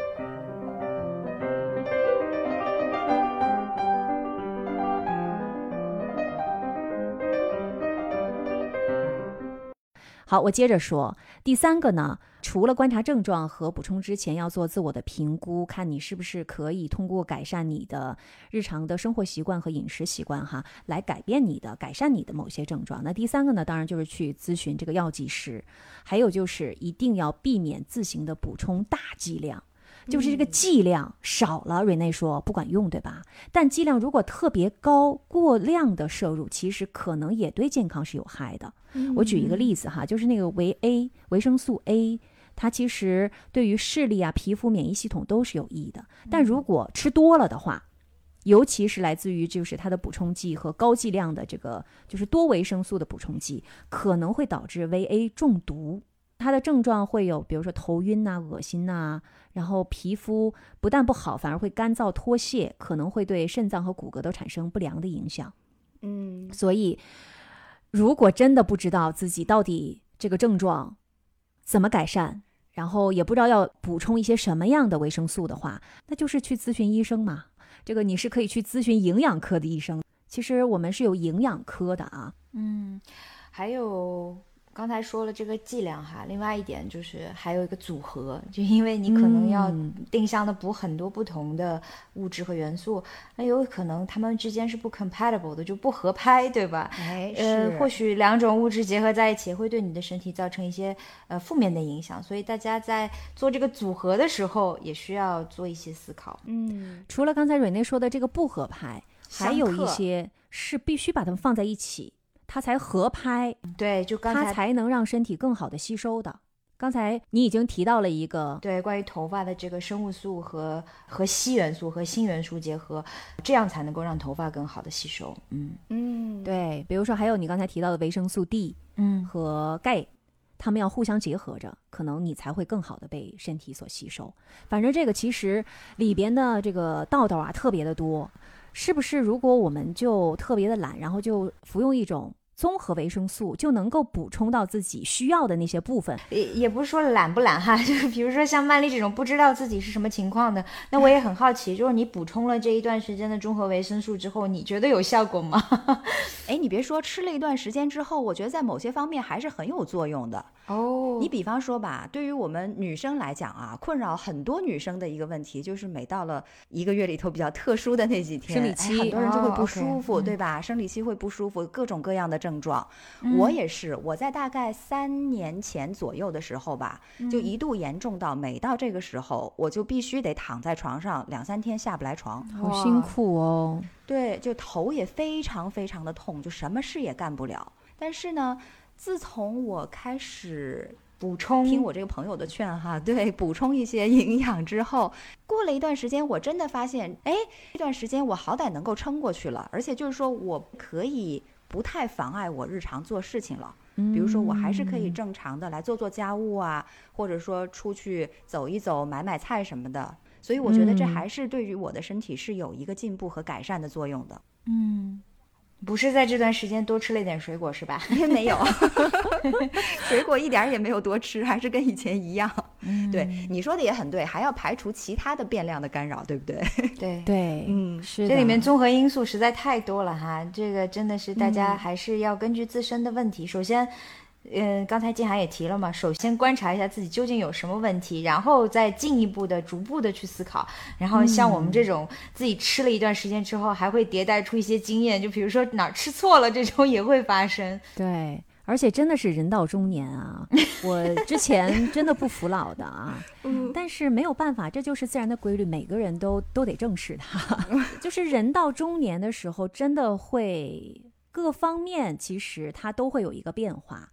好，我接着说，第三个呢，除了观察症状和补充之前要做自我的评估，看你是不是可以通过改善你的日常的生活习惯和饮食习惯哈，来改变你的改善你的某些症状。那第三个呢，当然就是去咨询这个药剂师，还有就是一定要避免自行的补充大剂量。就是这个剂量少了，瑞内说不管用，对吧？但剂量如果特别高，过量的摄入其实可能也对健康是有害的。嗯、我举一个例子哈，就是那个维 A 维生素 A， 它其实对于视力啊、皮肤、免疫系统都是有益的。但如果吃多了的话，尤其是来自于就是它的补充剂和高剂量的这个就是多维生素的补充剂，可能会导致维 A 中毒。它的症状会有比如说头晕啊、恶心啊，然后皮肤不但不好，反而会干燥脱屑，可能会对肾脏和骨骼都产生不良的影响。 嗯， 所以如果真的不知道自己到底这个症状怎么改善，然后也不知道要补充一些什么样的维生素的话，那就是去咨询医生嘛。这个你是可以去咨询营养科的医生，其实我们是有营养科的啊。 嗯，还有刚才说了这个剂量哈，另外一点就是还有一个组合，就因为你可能要定向的补很多不同的物质和元素，那、嗯、有可能它们之间是不 compatible 的，就不合拍，对吧？ 哎， 呃，或许两种物质结合在一起会对你的身体造成一些呃负面的影响，所以大家在做这个组合的时候也需要做一些思考。 嗯， 除了刚才瑞内说的这个不合拍，还有一些是必须把它们放在一起，它才合拍， 对，就刚才它才能让身体更好的吸收的。刚才你已经提到了一个， 对，关于头发的这个生物素和和硒元素和锌元素结合，这样才能够让头发更好的吸收。嗯嗯， 对，比如说还有你刚才提到的维生素 D， 嗯， 和钙，它们要互相结合着，可能你才会更好的被身体所吸收。反正这个其实里边的这个道道啊特别的多，是不是？如果我们就特别的懒，然后就服用一种综合维生素，就能够补充到自己需要的那些部分。 也也不是说懒不懒哈，就是比如说像曼丽这种不知道自己是什么情况的，那我也很好奇，就是你补充了这一段时间的综合维生素之后，你觉得有效果吗？ 哎，你别说，吃了一段时间之后，我觉得在某些方面还是很有作用的。 哦， 你比方说吧，对于我们女生来讲啊，困扰很多女生的一个问题，就是每到了一个月里头比较特殊的那几天， 生理期， 哎、很多人就会不舒服， 哦 okay, 对吧、嗯？生理期会不舒服，各种各样的症状。 嗯、 我也是，我在大概三年前左右的时候吧，就一度严重到每到这个时候，我就必须得躺在床上两三天下不来床， 好辛苦哦。 对，就头也非常非常的痛，就什么事也干不了。但是呢，自从我开始补充， 听我这个朋友的劝哈，对，补充一些营养之后，过了一段时间，我真的发现，哎，这段时间我好歹能够撑过去了，而且就是说我可以不太妨碍我日常做事情了。比如说我还是可以正常的来做做家务啊，或者说出去走一走、买买菜什么的。所以我觉得这还是对于我的身体是有一个进步和改善的作用的。 嗯，不是在这段时间多吃了一点水果是吧？ 没有，水果一点也没有多吃，还是跟以前一样。嗯、对，你说的也很对，还要排除其他的变量的干扰，对不对？ 对对， 嗯， 是的。 这里面综合因素实在太多了哈，这个真的是大家还是要根据自身的问题，嗯、首先。嗯，刚才静涵也提了嘛，首先观察一下自己究竟有什么问题，然后再进一步的逐步的去思考，然后像我们这种自己吃了一段时间之后还会迭代出一些经验，就比如说哪儿吃错了这种也会发生。 对，而且真的是人到中年啊，我之前真的不服老的啊但是没有办法，这就是自然的规律，每个人都都得正视它就是人到中年的时候真的会各方面其实它都会有一个变化。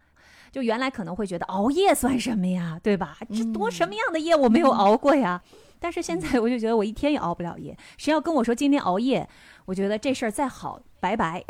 就原来可能会觉得熬夜算什么呀，对吧？这多什么样的夜我没有熬过呀？嗯、但是现在我就觉得我一天也熬不了夜。谁要跟我说今天熬夜，我觉得这事儿再好拜拜。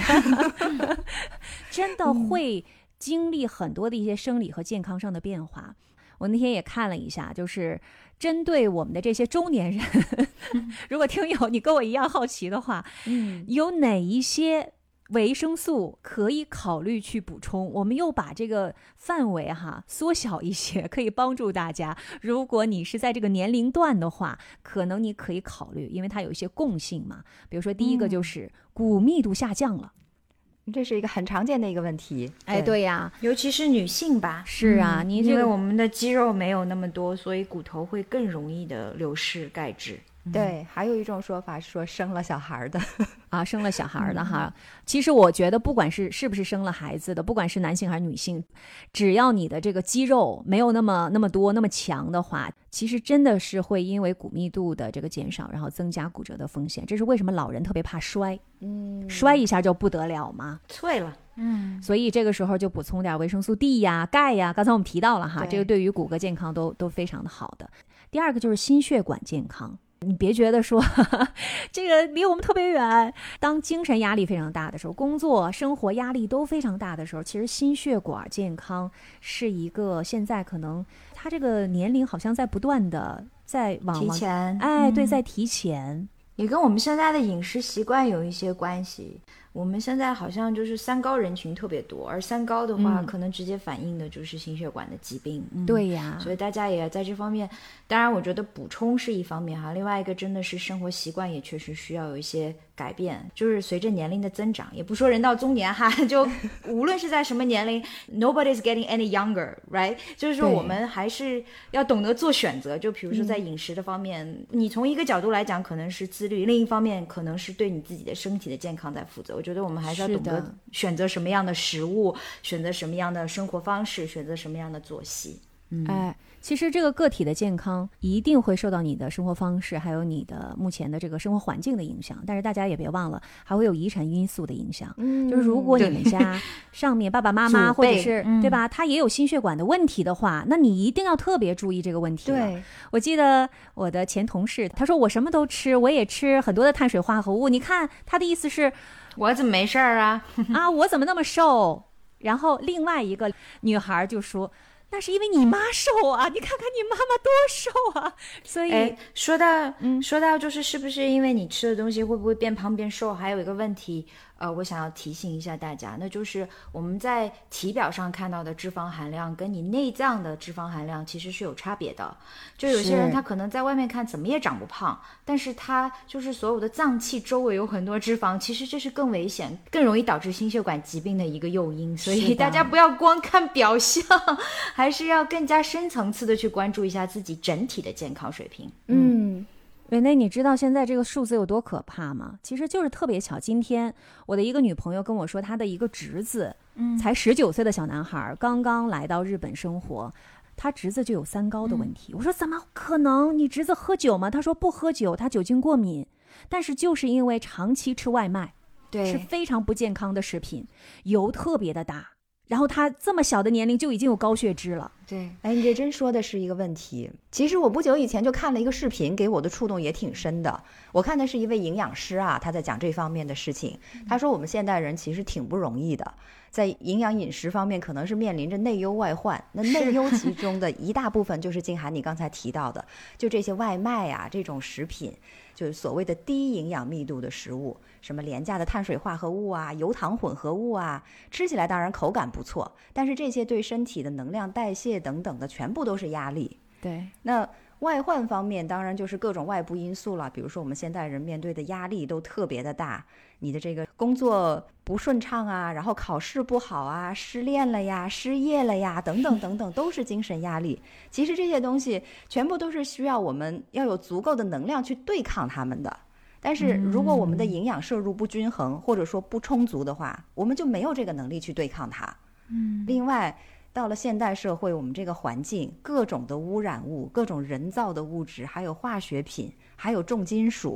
真的会经历很多的一些生理和健康上的变化。我那天也看了一下，就是针对我们的这些中年人，如果听友你跟我一样好奇的话，嗯，有哪一些维生素可以考虑去补充？我们又把这个范围哈缩小一些，可以帮助大家。如果你是在这个年龄段的话，可能你可以考虑，因为它有一些共性嘛。比如说第一个就是骨密度下降了。 这是一个很常见的一个问题。 哎，对呀， 尤其是女性吧。 是啊，嗯、你、这个、 因为我们的肌肉没有那么多，所以骨头会更容易的流失钙质。 对，还有一种说法是说生了小孩的啊，生了小孩的哈。嗯、其实我觉得，不管是是不是生了孩子的，不管是男性还是女性，只要你的这个肌肉没有那么那么多那么强的话，其实真的是会因为骨密度的这个减少，然后增加骨折的风险。这是为什么老人特别怕摔，嗯，摔一下就不得了嘛， 脆了。 嗯，所以这个时候就补充点维生素 D 呀、钙呀，刚才我们提到了哈，这个对于骨骼健康都都非常的好的。第二个就是心血管健康。你别觉得说呵呵这个离我们特别远，当精神压力非常大的时候，工作生活压力都非常大的时候，其实心血管健康是一个现在可能它这个年龄好像在不断的在往提前， 哎，对，在提前， 也跟我们现在的饮食习惯有一些关系。我们现在好像就是三高人群特别多，而三高的话、嗯、可能直接反映的就是心血管的疾病、 嗯、对呀， 所以大家也在这方面，当然我觉得补充是一方面哈，另外一个真的是生活习惯也确实需要有一些改变，就是随着年龄的增长，也不说人到中年哈，就无论是在什么年龄，nobody is getting any younger, right？ 就是说我们还是要懂得做选择，就比如说在饮食的方面、嗯、你从一个角度来讲可能是自律，另一方面可能是对你自己的身体的健康在负责。我觉得我们还是要懂得选择什么样的食物，选择什么样的生活方式，选择什么样的作息。 嗯，哎，其实这个个体的健康一定会受到你的生活方式还有你的目前的这个生活环境的影响，但是大家也别忘了还会有遗传因素的影响。嗯，就是如果你们家上面爸爸妈妈或者是、嗯、对吧，他也有心血管的问题的话，那你一定要特别注意这个问题了。对，我记得我的前同事他说我什么都吃，我也吃很多的碳水化合物，你看他的意思是我怎么没事儿啊啊，我怎么那么瘦？然后另外一个女孩就说那是因为你妈瘦啊，你看看你妈妈多瘦啊。所以哎，说到嗯，说到就是是不是因为你吃的东西会不会变胖变瘦，还有一个问题呃，我想要提醒一下大家，那就是我们在体表上看到的脂肪含量跟你内脏的脂肪含量其实是有差别的。就有些人他可能在外面看怎么也长不胖，但是他就是所有的脏器周围有很多脂肪，其实这是更危险更容易导致心血管疾病的一个诱因。所以大家不要光看表象，还是要更加深层次的去关注一下自己整体的健康水平。 嗯，维内，你知道现在这个数字有多可怕吗？其实就是特别巧，今天我的一个女朋友跟我说，她的一个侄子，嗯，才十九岁的小男孩，刚刚来到日本生活，他侄子就有三高的问题。嗯、我说怎么可能？你侄子喝酒吗？他说不喝酒，他酒精过敏，但是就是因为长期吃外卖， 对， 是非常不健康的食品，油特别的大。然后他这么小的年龄就已经有高血脂了。 对，哎，你这真说的是一个问题。其实我不久以前就看了一个视频，给我的触动也挺深的。我看的是一位营养师啊，他在讲这方面的事情。他说我们现代人其实挺不容易的，在营养饮食方面可能是面临着内忧外患。那内忧其中的一大部分就是静涵你刚才提到的，就这些外卖啊，这种食品，就是所谓的低营养密度的食物，什么廉价的碳水化合物啊、油糖混合物啊，吃起来当然口感不错，但是这些对身体的能量代谢等等的全部都是压力。 对， 那外患方面当然就是各种外部因素了，比如说我们现代人面对的压力都特别的大，你的这个工作不顺畅啊，然后考试不好啊，失恋了呀，失业了呀，等等等等，都是精神压力。其实这些东西全部都是需要我们要有足够的能量去对抗它们的。但是如果我们的营养摄入不均衡，或者说不充足的话，我们就没有这个能力去对抗它。嗯，另外到了现代社会，我们这个环境各种的污染物，各种人造的物质，还有化学品，还有重金属，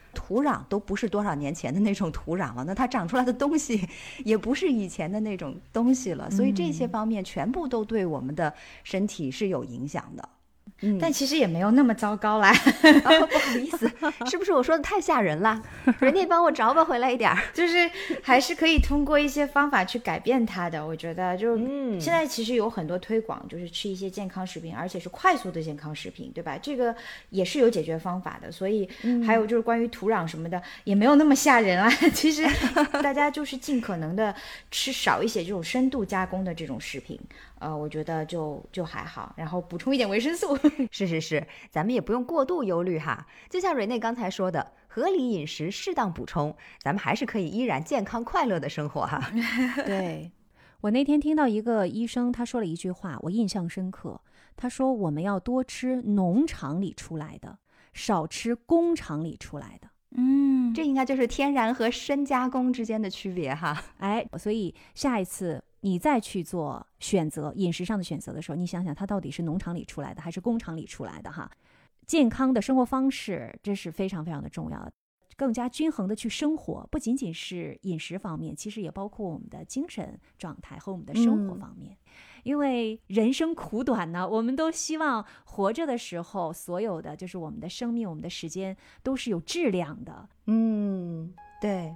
土壤都不是多少年前的那种土壤了，那它长出来的东西也不是以前的那种东西了，所以这些方面全部都对我们的身体是有影响的。 嗯，但其实也没有那么糟糕啦。 哦，不好意思，是不是我说的太吓人了？人家帮我找吧回来一点儿， 就是还是可以通过一些方法去改变它的。我觉得就现在其实有很多推广，就是吃一些健康食品，而且是快速的健康食品，对吧？这个也是有解决方法的。所以还有就是关于土壤什么的，也没有那么吓人啊。其实大家就是尽可能的吃少一些这种深度加工的这种食品。呃，我觉得就就还好，然后补充一点维生素。 是是是，咱们也不用过度忧虑哈。就像瑞内刚才说的，合理饮食，适当补充，咱们还是可以依然健康快乐的生活哈。 对，我那天听到一个医生他说了一句话，我印象深刻。他说我们要多吃农场里出来的，少吃工厂里出来的。 嗯，这应该就是天然和深加工之间的区别哈。 哎，所以下一次你再去做选择，饮食上的选择的时候，你想想它到底是农场里出来的还是工厂里出来的哈。健康的生活方式，这是非常非常的重要的。更加均衡的去生活，不仅仅是饮食方面，其实也包括我们的精神状态和我们的生活方面。嗯，因为人生苦短呢，我们都希望活着的时候，所有的就是我们的生命，我们的时间都是有质量的。 嗯，对。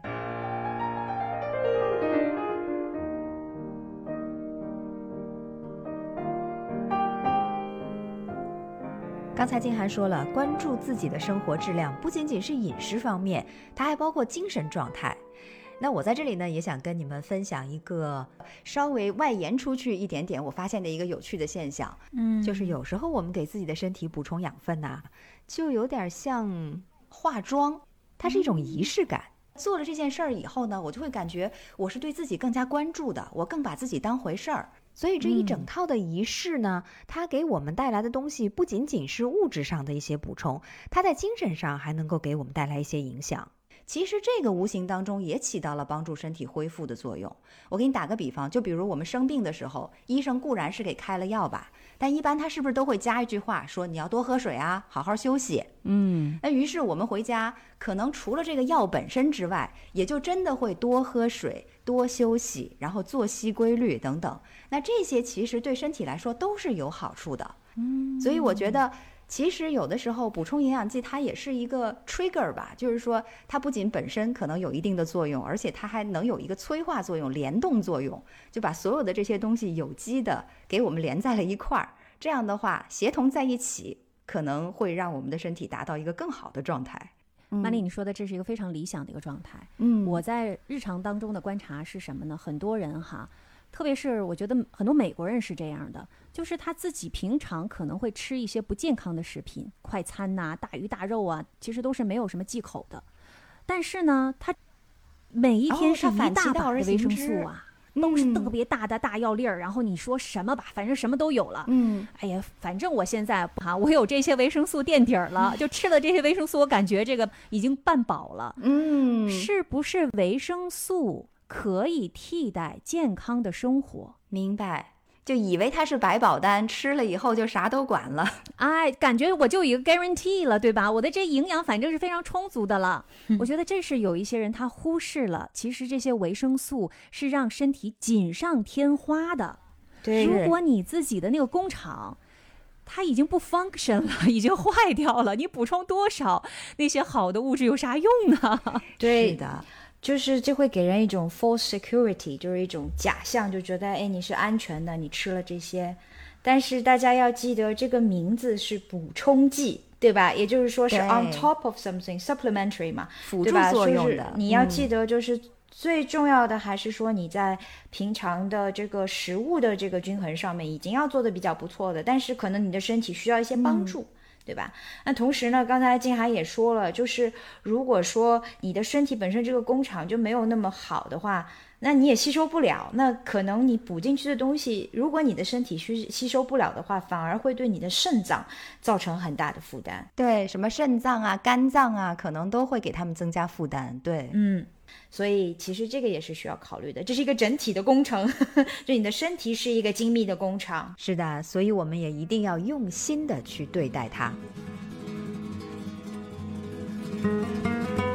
刚才静涵说了，关注自己的生活质量不仅仅是饮食方面，它还包括精神状态。那我在这里呢，也想跟你们分享一个稍微外延出去一点点我发现的一个有趣的现象。嗯，就是有时候我们给自己的身体补充养分啊，就有点像化妆，它是一种仪式感。做了这件事儿以后呢，我就会感觉我是对自己更加关注的，我更把自己当回事儿。所以这一整套的仪式呢，它给我们带来的东西不仅仅是物质上的一些补充，它在精神上还能够给我们带来一些影响。 其实这个无形当中也起到了帮助身体恢复的作用。我给你打个比方，就比如我们生病的时候，医生固然是给开了药吧，但一般他是不是都会加一句话，说你要多喝水啊，好好休息。嗯，那于是我们回家可能除了这个药本身之外，也就真的会多喝水，多休息，然后作息规律等等。那这些其实对身体来说都是有好处的。嗯，所以我觉得其实有的时候补充营养剂它也是一个 trigger 吧，就是说它不仅本身可能有一定的作用，而且它还能有一个催化作用、联动作用，就把所有的这些东西有机的给我们连在了一块儿。这样的话协同在一起，可能会让我们的身体达到一个更好的状态。 曼丽，你说的这是一个非常理想的一个状态。嗯，我在日常当中的观察是什么呢？很多人哈，特别是我觉得很多美国人是这样的，就是他自己平常可能会吃一些不健康的食品，快餐呐、大鱼大肉啊，其实都是没有什么忌口的。但是呢，他每一天是一大把的维生素啊，哦、都是特别大的大药粒儿，然后你说什么吧，反正什么都有了。嗯，哎呀，反正我现在哈，我有这些维生素垫底儿了，嗯、就吃了这些维生素，我感觉这个已经半饱了。嗯，是不是维生素可以替代健康的生活？ 明白。就以为它是百宝丹，吃了以后就啥都管了。 哎，感觉我就有一个 guarantee 了，对吧？我的这营养反正是非常充足的了。嗯、我觉得这是有一些人他忽视了，其实这些维生素是让身体锦上添花的。 对， 如果你自己的那个工厂它已经不 function 了，已经坏掉了，你补充多少那些好的物质有啥用呢？ 对是的。 就是这会给人一种 false security， 就是一种假象，就觉得哎你是安全的，你吃了这些。但是大家要记得这个名字是补充剂，对吧？也就是说是 on top of something supplementary 嘛， 辅助作用的。 就是你要记得，就是最重要的还是说你在平常的这个食物的这个均衡上面已经要做的比较不错的，但是可能你的身体需要一些帮助。嗯，对吧？那同时呢，刚才静涵也说了，就是如果说你的身体本身这个工厂就没有那么好的话，那你也吸收不了，那可能你补进去的东西，如果你的身体吸吸收不了的话，反而会对你的肾脏造成很大的负担。 对，什么肾脏啊、肝脏啊，可能都会给他们增加负担。对， 嗯。所以其实这个也是需要考虑的，这是一个整体的工程，就你的身体是一个精密的工厂。 是的，所以我们也一定要用心的去对待它。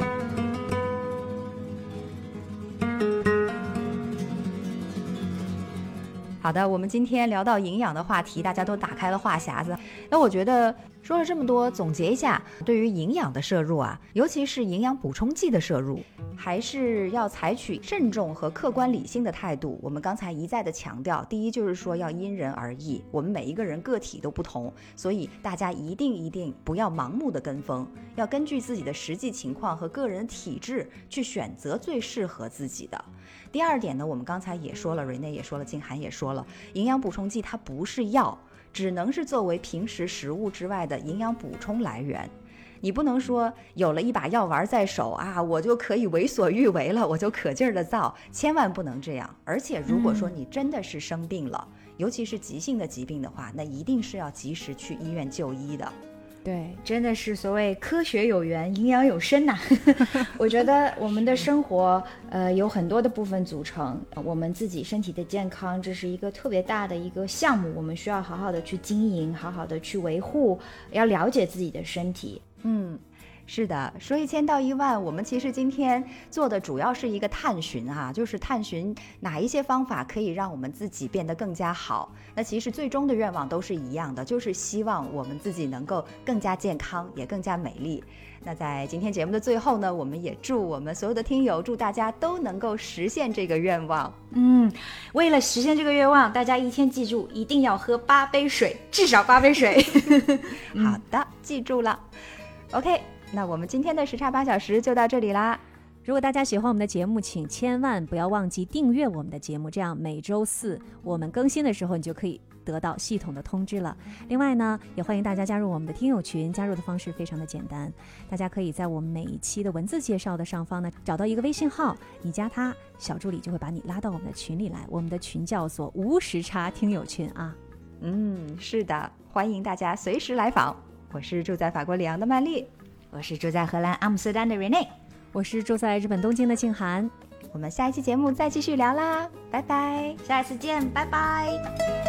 好的，我们今天聊到营养的话题，大家都打开了话匣子。那我觉得说了这么多，总结一下，对于营养的摄入啊，尤其是营养补充剂的摄入，还是要采取慎重和客观理性的态度。我们刚才一再的强调，第一就是说要因人而异，我们每一个人个体都不同，所以大家一定一定不要盲目的跟风，要根据自己的实际情况和个人体质去选择最适合自己的。第二点呢，我们刚才也说了，瑞内也说了，静涵也说了，营养补充剂它不是药，只能是作为平时食物之外的营养补充来源。你不能说有了一把药丸在手啊，我就可以为所欲为了，我就可劲儿的造，千万不能这样。而且如果说你真的是生病了，嗯、尤其是急性的疾病的话，那一定是要及时去医院就医的。 对，真的是所谓科学有源，营养有深呐、啊。我觉得我们的生活，呃，有很多的部分组成，我们自己身体的健康，这是一个特别大的一个项目，我们需要好好的去经营，好好的去维护，要了解自己的身体。 嗯。是的，说一千道一万，我们其实今天做的主要是一个探寻啊，就是探寻哪一些方法可以让我们自己变得更加好。那其实最终的愿望都是一样的，就是希望我们自己能够更加健康，也更加美丽。那在今天节目的最后呢，我们也祝我们所有的听友，祝大家都能够实现这个愿望。 嗯，为了实现这个愿望，大家一天记住一定要喝八杯水，至少八杯水。 好的，记住了。OK。那我们今天的时差八小时就到这里啦。 如果大家喜欢我们的节目，请千万不要忘记订阅我们的节目，这样每周四我们更新的时候，你就可以得到系统的通知了。另外呢，也欢迎大家加入我们的听友群，加入的方式非常的简单，大家可以在我们每一期的文字介绍的上方呢，找到一个微信号，你加他，小助理就会把你拉到我们的群里来。我们的群叫做无时差听友群啊。 嗯，是的，欢迎大家随时来访。我是住在法国里昂的曼丽。 我是住在荷兰阿姆斯特丹的 Renee， 我是住在日本东京的静涵。 我们下一期节目再继续聊啦，拜拜， 下一次见，拜拜。